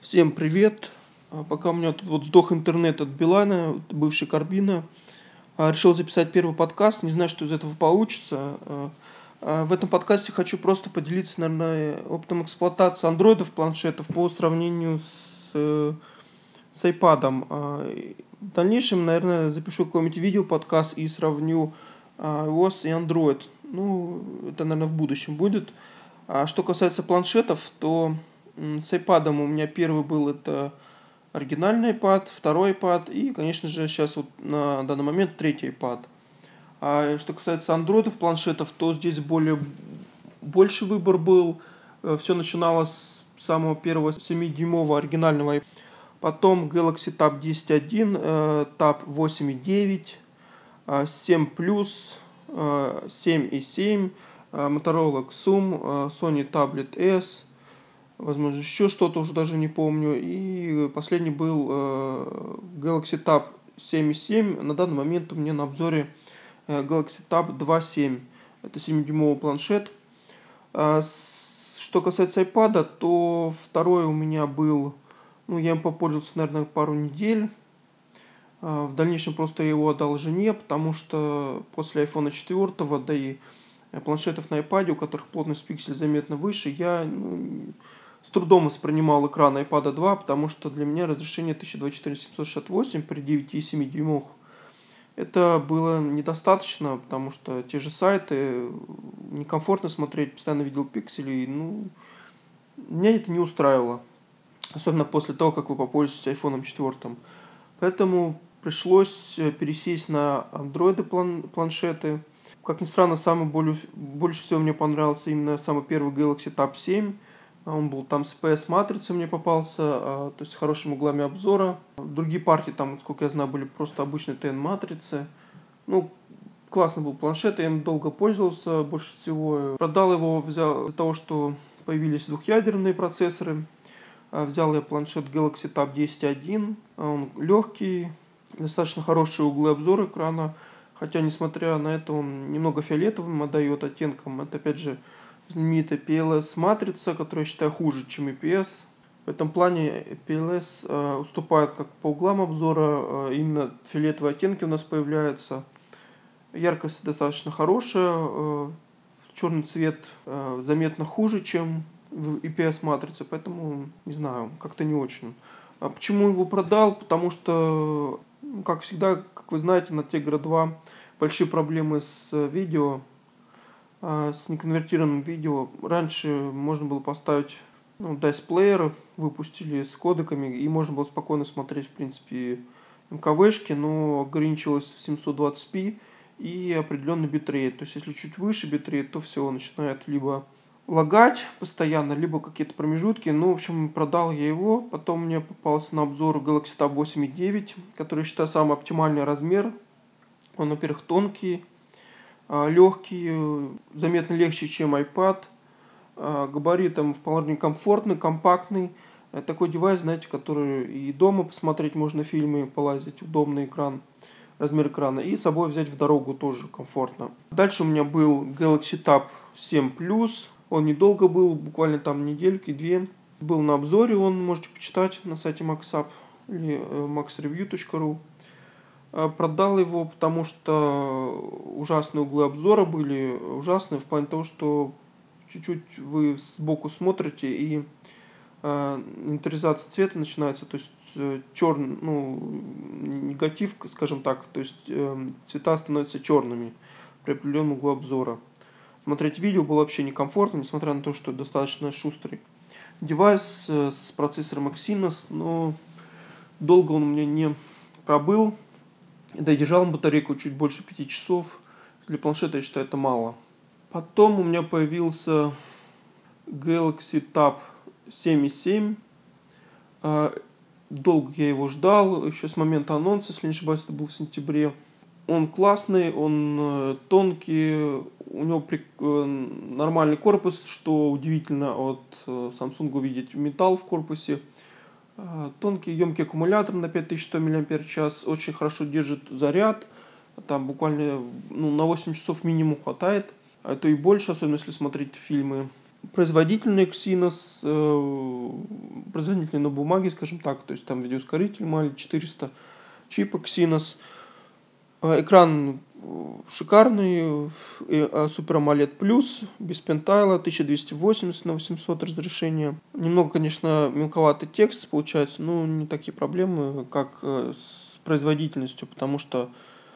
Всем привет! Пока у меня тут вот сдох интернет от Билайна, бывшей Карбина, решил записать первый подкаст. Не знаю, что из этого получится. В этом подкасте хочу просто поделиться, наверное, опытом эксплуатации андроидов, планшетов по сравнению с iPad. В дальнейшем, наверное, запишу какой-нибудь видео-подкаст и сравню iOS и Android. Ну, это, наверное, в будущем будет. А что касается планшетов, то с iPad у меня первый был это оригинальный iPad, второй iPad и, конечно же, сейчас вот на данный момент третий iPad. А что касается андроидов, планшетов, то здесь больше выбор был. Все начиналось с самого первого 7-дюймового оригинального iPad. Потом Galaxy Tab 10.1, Tab 8.9, 7 Plus, 7.7, Motorola Xum, Sony Tablet S, возможно, еще что-то, уже даже не помню. И последний был Galaxy Tab 7.7. На данный момент у меня на обзоре Galaxy Tab 2.7. Это 7-дюймовый планшет. Что касается iPad, то второй у меня был, я им попользовался, наверное, пару недель. В дальнейшем просто я его отдал жене, потому что после iPhone 4, да и планшетов на iPad, у которых плотность пикселей заметно выше, я с трудом воспринимал экран iPad 2, потому что для меня разрешение 1024-768 при 9,7 дюймах это было недостаточно, потому что те же сайты некомфортно смотреть, постоянно видел пиксели, меня это не устраивало, особенно после того, как вы попользуетесь iPhone 4. Поэтому пришлось пересесть на андроиды планшеты. Как ни странно, больше всего мне понравился именно самый первый Galaxy Tab 7. Он был там с IPS-матрицей мне попался, то есть с хорошими углами обзора. Другие партии там, сколько я знаю, были просто обычные TN-матрицы. Классный был планшет, я им долго пользовался, больше всего. Продал его, взял из-за того, что появились двухъядерные процессоры. Взял я планшет Galaxy Tab 10.1, он легкий, достаточно хорошие углы обзора экрана, хотя, несмотря на это, он немного фиолетовым отдает оттенком. Это, опять же, знаменитая PLS-матрица, которая, я считаю, хуже, чем IPS. В этом плане PLS уступает как по углам обзора, именно фиолетовые оттенки у нас появляются. Яркость достаточно хорошая, черный цвет заметно хуже, чем в IPS-матрице, поэтому, не знаю, как-то не очень. А почему его продал? Потому что, как всегда, как вы знаете, на Tegra 2 большие проблемы с видео, с неконвертированным видео. Раньше можно было поставить DICE-плеер, выпустили с кодеками, и можно было спокойно смотреть, в принципе, МКВшки, но ограничивалось 720p и определенный битрейт. То есть, если чуть выше битрейт, то все, начинает либо лагать постоянно, либо какие-то промежутки. В общем, продал я его. Потом мне попался на обзор Galaxy Tab 8.9, который, я считаю, самый оптимальный размер. Он, во-первых, тонкий, легкий, заметно легче, чем iPad. Габаритом вполне комфортный, компактный. Такой девайс, знаете, который и дома посмотреть можно фильмы, полазить, удобный экран, размер экрана, и с собой взять в дорогу тоже комфортно. Дальше у меня был Galaxy Tab 7 Plus. Он недолго был, буквально там недельки-две. Был на обзоре, он можете почитать на сайте MaxUp или maxreview.ru. Продал его, потому что ужасные углы обзора были, ужасные в плане того, что чуть-чуть вы сбоку смотрите и инвентаризация цвета начинается, то есть черный, негатив, скажем так, то есть цвета становятся черными при определенном углу обзора. Смотреть видео было вообще некомфортно, несмотря на то, что достаточно шустрый девайс с процессором Exynos, но долго он у меня не пробыл, да и держал батарейку чуть больше 5 часов. Для планшета, я считаю, это мало. Потом у меня появился Galaxy Tab 7.7. Долго я его ждал, еще с момента анонса, если не ошибаюсь, это был в сентябре. Он классный, он тонкий, у него нормальный корпус, что удивительно от Samsung увидеть металл в корпусе. Тонкий, емкий аккумулятор на 5100 мАч, очень хорошо держит заряд, там буквально на 8 часов минимум хватает, а то и больше, особенно если смотреть фильмы. Производительный Exynos, производительный на бумаге, скажем так, то есть там видеоускоритель Mali 400, чипа Exynos. Экран шикарный, Super AMOLED Plus, без пентайла, 1280 на 800 разрешение. Немного, конечно, мелковатый текст получается, но не такие проблемы, как с производительностью, потому что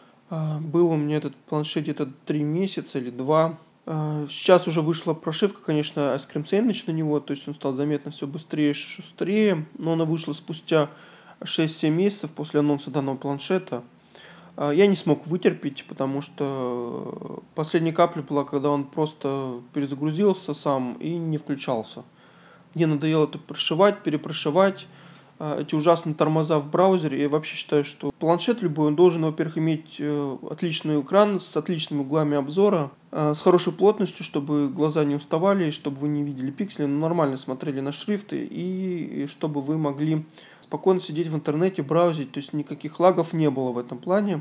был у меня этот планшет где-то 3 месяца или 2. Сейчас уже вышла прошивка, конечно, Ice Cream Sandwich на него, то есть он стал заметно все быстрее и шустрее, но она вышла спустя 6-7 месяцев после анонса данного планшета. Я не смог вытерпеть, потому что последняя капля была, когда он просто перезагрузился сам и не включался. Мне надоело это прошивать, перепрошивать, эти ужасные тормоза в браузере. Я вообще считаю, что планшет любой, он должен, во-первых, иметь отличный экран с отличными углами обзора, с хорошей плотностью, чтобы глаза не уставали, чтобы вы не видели пиксели, но нормально смотрели на шрифты, и чтобы вы могли спокойно сидеть в интернете, браузить, то есть никаких лагов не было в этом плане.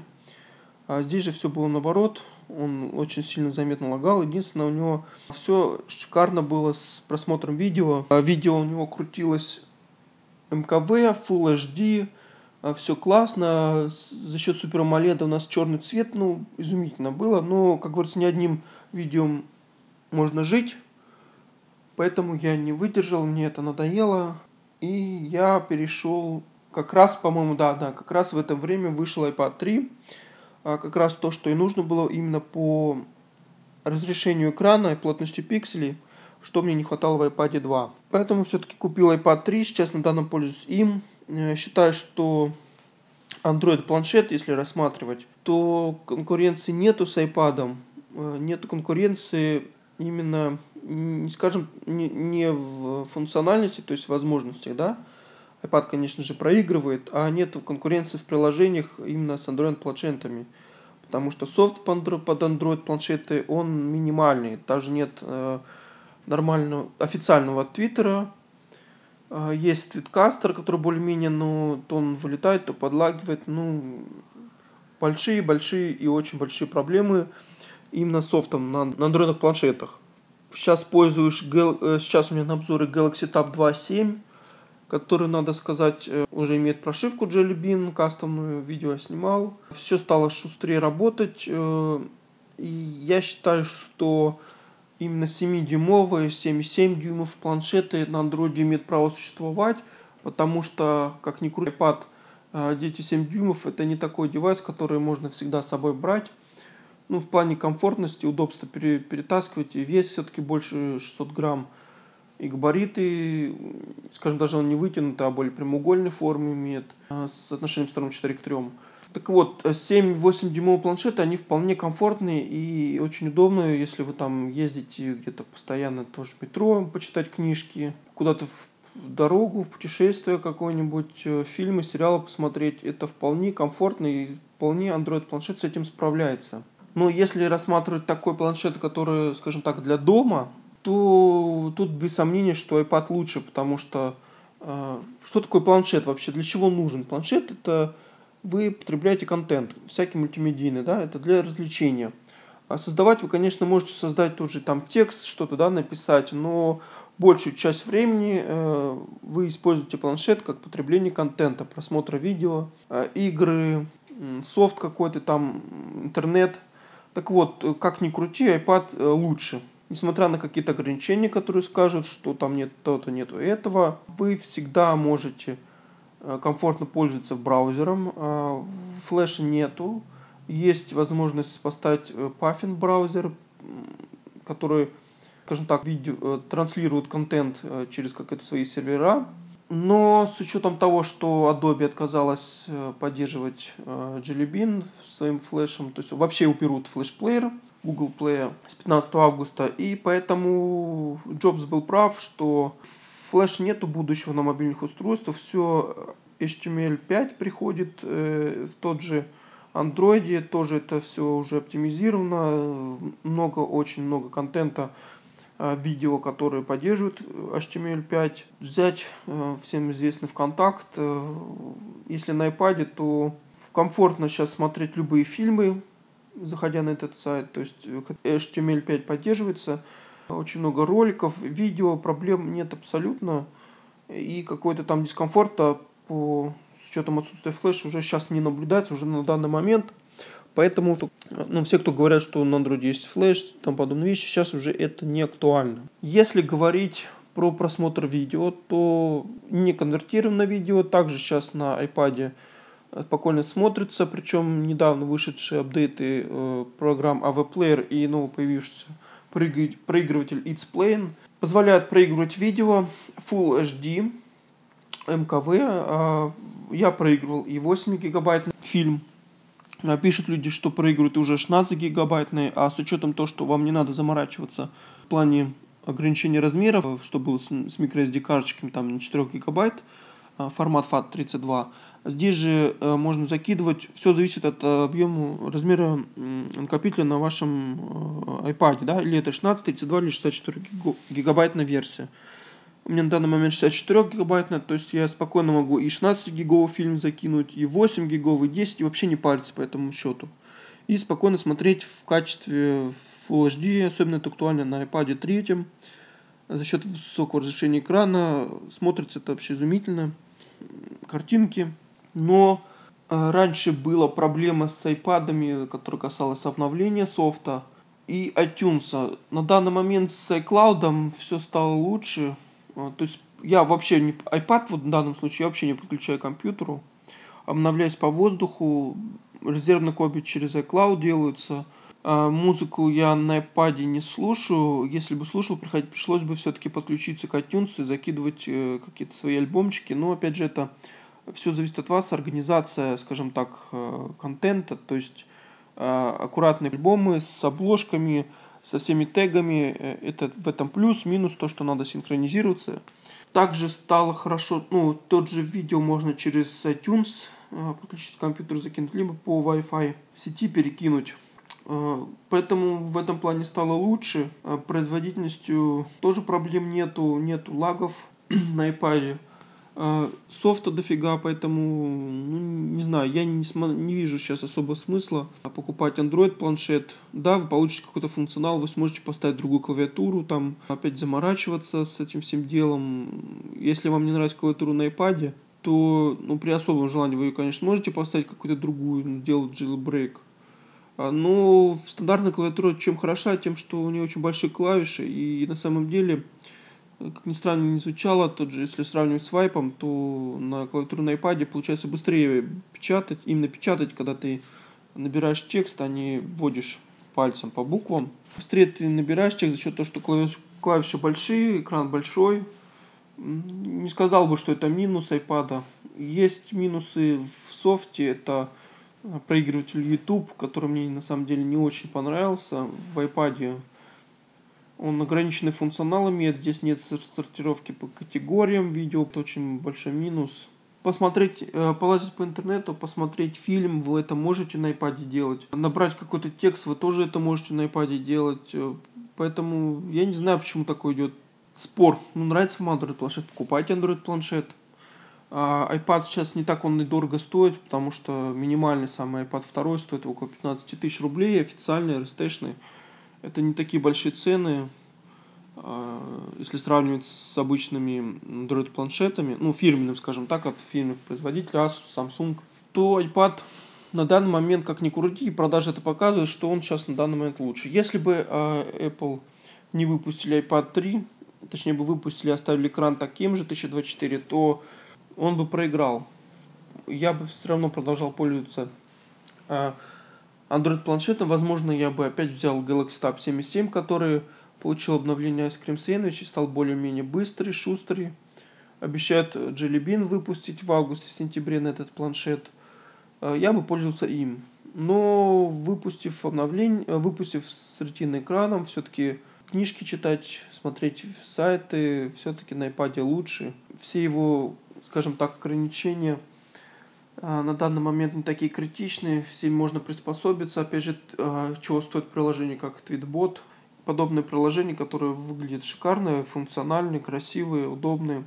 А здесь же все было наоборот, он очень сильно заметно лагал. Единственное, у него все шикарно было с просмотром видео. Видео у него крутилось МКВ, Full HD, все классно. За счет Super AMOLED у нас черный цвет, ну, изумительно было. Но, как говорится, ни одним видео можно жить. Поэтому я не выдержал, мне это надоело. И я перешел, как раз, по-моему, как раз в это время вышел iPad 3. Как раз то, что и нужно было именно по разрешению экрана и плотности пикселей, что мне не хватало в iPad 2. Поэтому все-таки купил iPad 3, сейчас на данном пользуюсь им. Считаю, что Android планшет, если рассматривать, то конкуренции нету с iPad, нету конкуренции именно, скажем, не в функциональности, то есть в возможностях, да. iPad, конечно же, проигрывает, а нет конкуренции в приложениях именно с Android планшетами. Потому что софт под Android планшеты, он минимальный. Даже нет нормального официального твиттера. Есть твиткастер, который более-менее, но то он вылетает, то подлагивает. Ну, большие и очень большие проблемы именно с софтом на андроидных планшетах. Сейчас сейчас у меня на обзоре Galaxy Tab 2.7, который, надо сказать, уже имеет прошивку Jelly Bean, кастомную, видео я снимал. Все стало шустрее работать. И я считаю, что именно 7-дюймовые, 7,7 дюймов планшеты на Android имеют право существовать, потому что, как ни крути, iPad, дети 7 дюймов, это не такой девайс, который можно всегда с собой брать. Ну, в плане комфортности, удобства перетаскивать, и вес все-таки больше 600 грамм. И габариты, скажем, даже он не вытянутый, а более прямоугольной формы имеет, с отношением сторон 4 к 3. Так вот, 7-8 дюймовые планшеты, они вполне комфортные и очень удобные, если вы там ездите где-то постоянно, тоже в метро, почитать книжки, куда-то в дорогу, в путешествие какое-нибудь, фильмы, сериалы посмотреть. Это вполне комфортно, и вполне Android планшет с этим справляется. Но если рассматривать такой планшет, который, скажем так, для дома, то тут без сомнения, что iPad лучше, потому что что такое планшет вообще? Для чего нужен? Планшет — это вы потребляете контент, всякий мультимедийный, да, это для развлечения. А создавать вы, конечно, можете создать тот же там текст, что-то, да, написать, но большую часть времени вы используете планшет как потребление контента, просмотра видео, игры, софт какой-то там, интернет. Так вот, как ни крути, iPad лучше. Несмотря на какие-то ограничения, которые скажут, что там нет то-то, нету этого, вы всегда можете комфортно пользоваться браузером. Флеша нету. Есть возможность поставить Puffin браузер, который, скажем так, транслирует контент через какие-то свои сервера. Но с учетом того, что Adobe отказалась поддерживать Jelly Bean своим флешем, то есть вообще уберут флеш-плеер Google Play с 15 августа, и поэтому Джобс был прав, что флеш нету будущего на мобильных устройствах, все HTML5 приходит в тот же Android, тоже это все уже оптимизировано, очень много контента, видео, которые поддерживают HTML5. Взять всем известный ВКонтакт. Если на iPad, то комфортно сейчас смотреть любые фильмы, заходя на этот сайт. То есть HTML5 поддерживается. Очень много роликов, видео, проблем нет абсолютно. и какой-то там дискомфорта с учетом отсутствия флеша уже сейчас не наблюдается, уже на данный момент. Поэтому, ну, все, кто говорят, что на Android есть флеш, там подобные вещи, сейчас уже это не актуально. Если говорить про просмотр видео, то не конвертированное видео также сейчас на iPad спокойно смотрится, причем недавно вышедшие апдейты программ AV Player и новый появившийся проигрыватель It's Playing позволяют проигрывать видео Full HD, МКВ. Я проигрывал и 8 гигабайтный фильм. Пишут люди, что проигрывают уже 16 гигабайтные, а с учетом того, что вам не надо заморачиваться в плане ограничения размеров, что было с microSD карточками, там на 4 гигабайт, формат FAT32. Здесь же можно закидывать, все зависит от объема, размера накопителя на вашем iPad, да, или это 16, 32 или 64 гигабайтная версия. У меня на данный момент 64 гигабайтная, то есть я спокойно могу и 16 гиговый фильм закинуть, и 8 гиговый, и 10, и вообще не париться по этому счету. И спокойно смотреть в качестве Full HD, особенно это актуально на iPad 3. За счет высокого разрешения экрана смотрится это вообще изумительно. Картинки. Но раньше была проблема с iPad'ами, которая касалась обновления софта и iTunes. На данный момент с iCloud все стало лучше. То есть я вообще не iPad вот в данном случае я вообще не подключаю к компьютеру, обновляюсь по воздуху, резервные копии через iCloud делаются. Музыку я на iPad не слушаю. Если бы слушал, пришлось бы все-таки подключиться к iTunes и закидывать какие-то свои альбомчики. Но опять же это все зависит от вас, организация, скажем так, контента, то есть аккуратные альбомы с обложками, со всеми тегами, это в этом плюс, минус, то, что надо синхронизироваться. Также стало хорошо, ну, тот же видео можно через iTunes подключить к компьютеру, закинуть, либо по Wi-Fi сети перекинуть. Поэтому в этом плане стало лучше. Производительностью тоже проблем нету лагов на iPad. Софта дофига, поэтому, ну, не знаю, я не вижу сейчас особо смысла покупать Android планшет. Да, вы получите какой-то функционал, вы сможете поставить другую клавиатуру, там опять заморачиваться с этим всем делом. Если вам не нравится клавиатура на iPad, то, ну, при особом желании вы, конечно, можете поставить какую-то другую, делать jailbreak. Но стандартная клавиатура чем хороша, тем, что у нее очень большие клавиши, и на самом деле, как ни странно не звучало, тот же, если сравнивать с вайпом, то на клавиатуре на iPad получается быстрее печатать, именно печатать, когда ты набираешь текст, а не вводишь пальцем по буквам. Быстрее ты набираешь текст за счет того, что клавиши большие, экран большой. Не сказал бы, что это минус iPad. Есть минусы в софте, это проигрыватель YouTube, который мне на самом деле не очень понравился. В iPad он ограниченный функционал имеет, здесь нет сортировки по категориям видео, это очень большой минус. Посмотреть, полазить по интернету, посмотреть фильм, вы это можете на iPad делать. Набрать какой-то текст, вы тоже это можете на iPad делать. Поэтому я не знаю, почему такой идет спор. Ну, нравится вам Android планшет, покупайте Android планшет. iPad сейчас не так он и дорого стоит, потому что минимальный самый iPad 2 стоит около 15 тысяч рублей, официальный, RST-шный. Это не такие большие цены, если сравнивать с обычными Android-планшетами, ну, фирменным, скажем так, от фирменных производителей, Asus, Samsung, то iPad на данный момент, как ни крути, продажи это показывают, что он сейчас на данный момент лучше. Если бы Apple не выпустили iPad 3, точнее бы выпустили, оставили экран таким же, 1024, то он бы проиграл. Я бы все равно продолжал пользоваться Android-планшетом. Возможно, я бы опять взял Galaxy Tab 77, который получил обновление Ice Cream Sandwich и стал более-менее быстрый, шустрый. Обещают Jelly Bean выпустить в августе-сентябре на этот планшет. Я бы пользовался им. Но выпустив обновление, выпустив с ретиной экраном, все-таки книжки читать, смотреть сайты, все-таки на iPad лучше. Все его, скажем так, ограничения на данный момент не такие критичные, всем можно приспособиться. Опять же, чего стоит приложение, как Tweetbot, подобные приложения, которые выглядят шикарно, функциональные, красивые, удобные.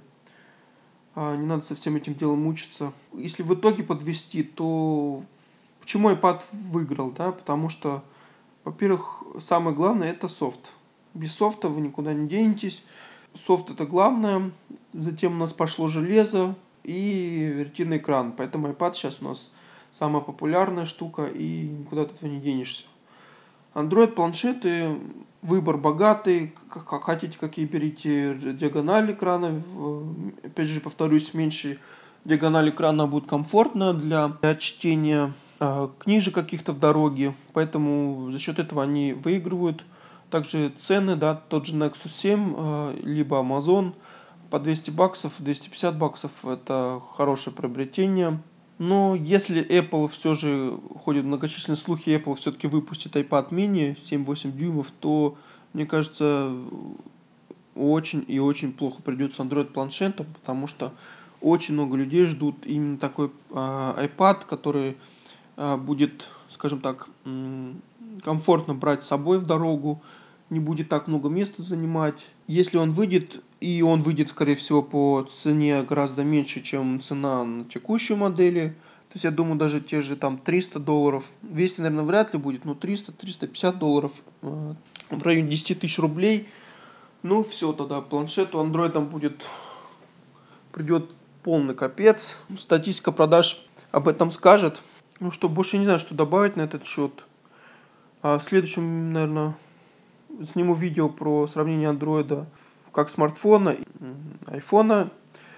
Не надо со всем этим делом мучиться. Если в итоге подвести, то почему iPad выиграл, да? Потому что, во-первых, самое главное это софт. Без софта вы никуда не денетесь. Софт это главное. затем у нас пошло железо и вертийный экран. Поэтому iPad сейчас у нас самая популярная штука, и никуда от этого не денешься. Android планшеты, выбор богатый, как хотите, какие берите диагональ экрана. Опять же, повторюсь, меньше диагональ экрана будет комфортно для чтения книжек каких-то в дороге, поэтому за счет этого они выигрывают. Также цены, да, тот же Nexus 7, либо Amazon по $200, $250 это хорошее приобретение. Но если Apple все же, ходят многочисленные слухи, Apple все-таки выпустит iPad mini 7-8 дюймов, то, мне кажется, очень и очень плохо придется Android планшетам, потому что очень много людей ждут именно такой iPad, который будет, скажем так, комфортно брать с собой в дорогу, не будет так много места занимать. Если он выйдет, и он выйдет, скорее всего, по цене гораздо меньше, чем цена на текущей модели, то есть я думаю, даже те же там $300, 200, наверное, вряд ли будет, но $300-350, в районе 10 тысяч рублей, ну все, тогда планшету андроидом придет полный капец. Статистика продаж об этом скажет. Ну что, больше не знаю, что добавить на этот счет. А в следующем, наверное, сниму видео про сравнение андроида как смартфона и айфона.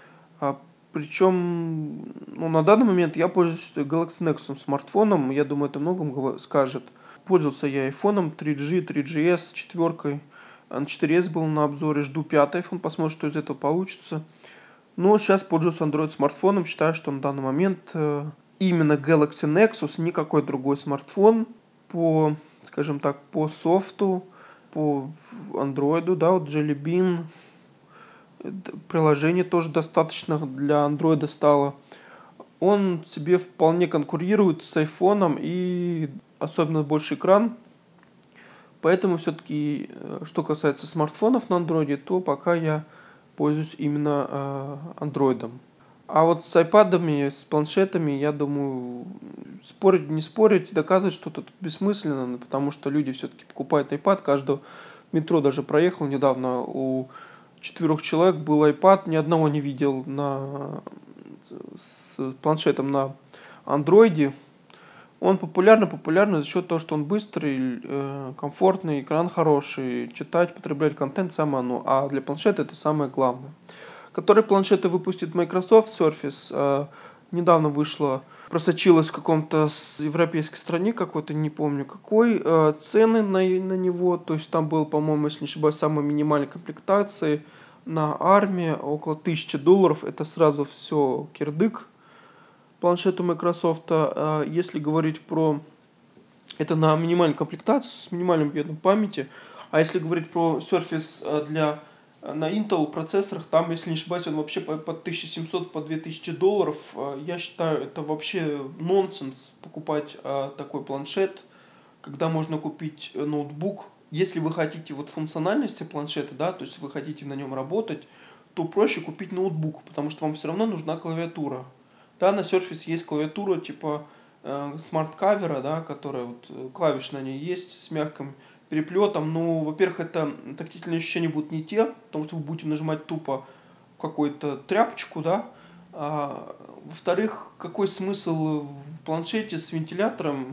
Причем, ну, на данный момент я пользуюсь Galaxy Nexus смартфоном. Я думаю, это многом скажет. Пользовался я айфоном 3G, 3GS, 4. На 4S был на обзоре. Жду 5-й iPhone, посмотрим, что из этого получится. Но сейчас пользуюсь Android смартфоном. Считаю, что на данный момент именно Galaxy Nexus, никакой другой смартфон по, скажем так, по софту, по Android, да, вот Jelly Bean, приложение тоже достаточно для Android стало. Он себе вполне конкурирует с айфоном, и особенно больше экран. Поэтому все-таки, что касается смартфонов на Android, то пока я пользуюсь именно андроидом. А вот с айпадами, с планшетами, я думаю, спорить, не спорить, доказывать что-то тут бессмысленно, потому что люди все-таки покупают iPad. Каждого в метро даже проехал недавно, у 4 человек был iPad, ни одного не видел с планшетом на андроиде. Он популярный за счет того, что он быстрый, комфортный, экран хороший, читать, потреблять контент самое оно. А для планшета это самое главное. Которые планшеты выпустит Microsoft Surface, недавно вышло, просочилось в каком-то европейской стране, какой-то, не помню какой, цены на него, то есть там был, по-моему, если не ошибаюсь, самой минимальной комплектации на армии около $1000, это сразу все кирдык планшету Microsoft. Если говорить про это на минимальной комплектации с минимальным объемом памяти, а если говорить про Surface на Intel процессорах, там, если не ошибаюсь, он вообще по $1700, по $2000. Я считаю, это вообще нонсенс покупать такой планшет, когда можно купить ноутбук. Если вы хотите вот функциональности планшета, да, то есть вы хотите на нем работать, то проще купить ноутбук, потому что вам все равно нужна клавиатура. Да, на Surface есть клавиатура типа смарт-кавера, да, которая вот клавиш на ней есть с мягким переплетом. Но, во-первых, это тактильные ощущения будут не те, потому что вы будете нажимать тупо какую-то тряпочку, да. Во-вторых, какой смысл в планшете с вентилятором,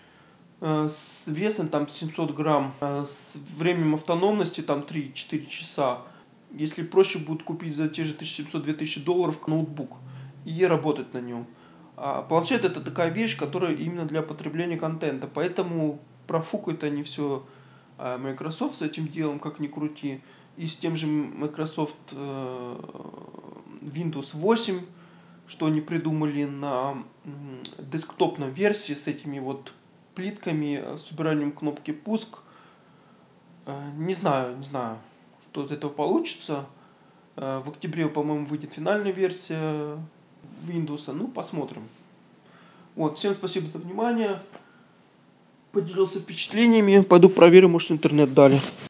с весом там 700 грамм, с временем автономности там 3-4 часа, если проще будет купить за те же $1700-2000 ноутбук и работать на нем. Планшет это такая вещь, которая именно для потребления контента, поэтому профукают они все Microsoft с этим делом, как ни крути, и с тем же Microsoft Windows 8, что они придумали на десктопной версии с этими вот плитками, с убиранием кнопки пуск. Не знаю, что из этого получится. В октябре, по-моему, выйдет финальная версия Windows. Ну, посмотрим. Вот, всем спасибо за внимание. Поделился впечатлениями. Пойду проверю, может, интернет дали.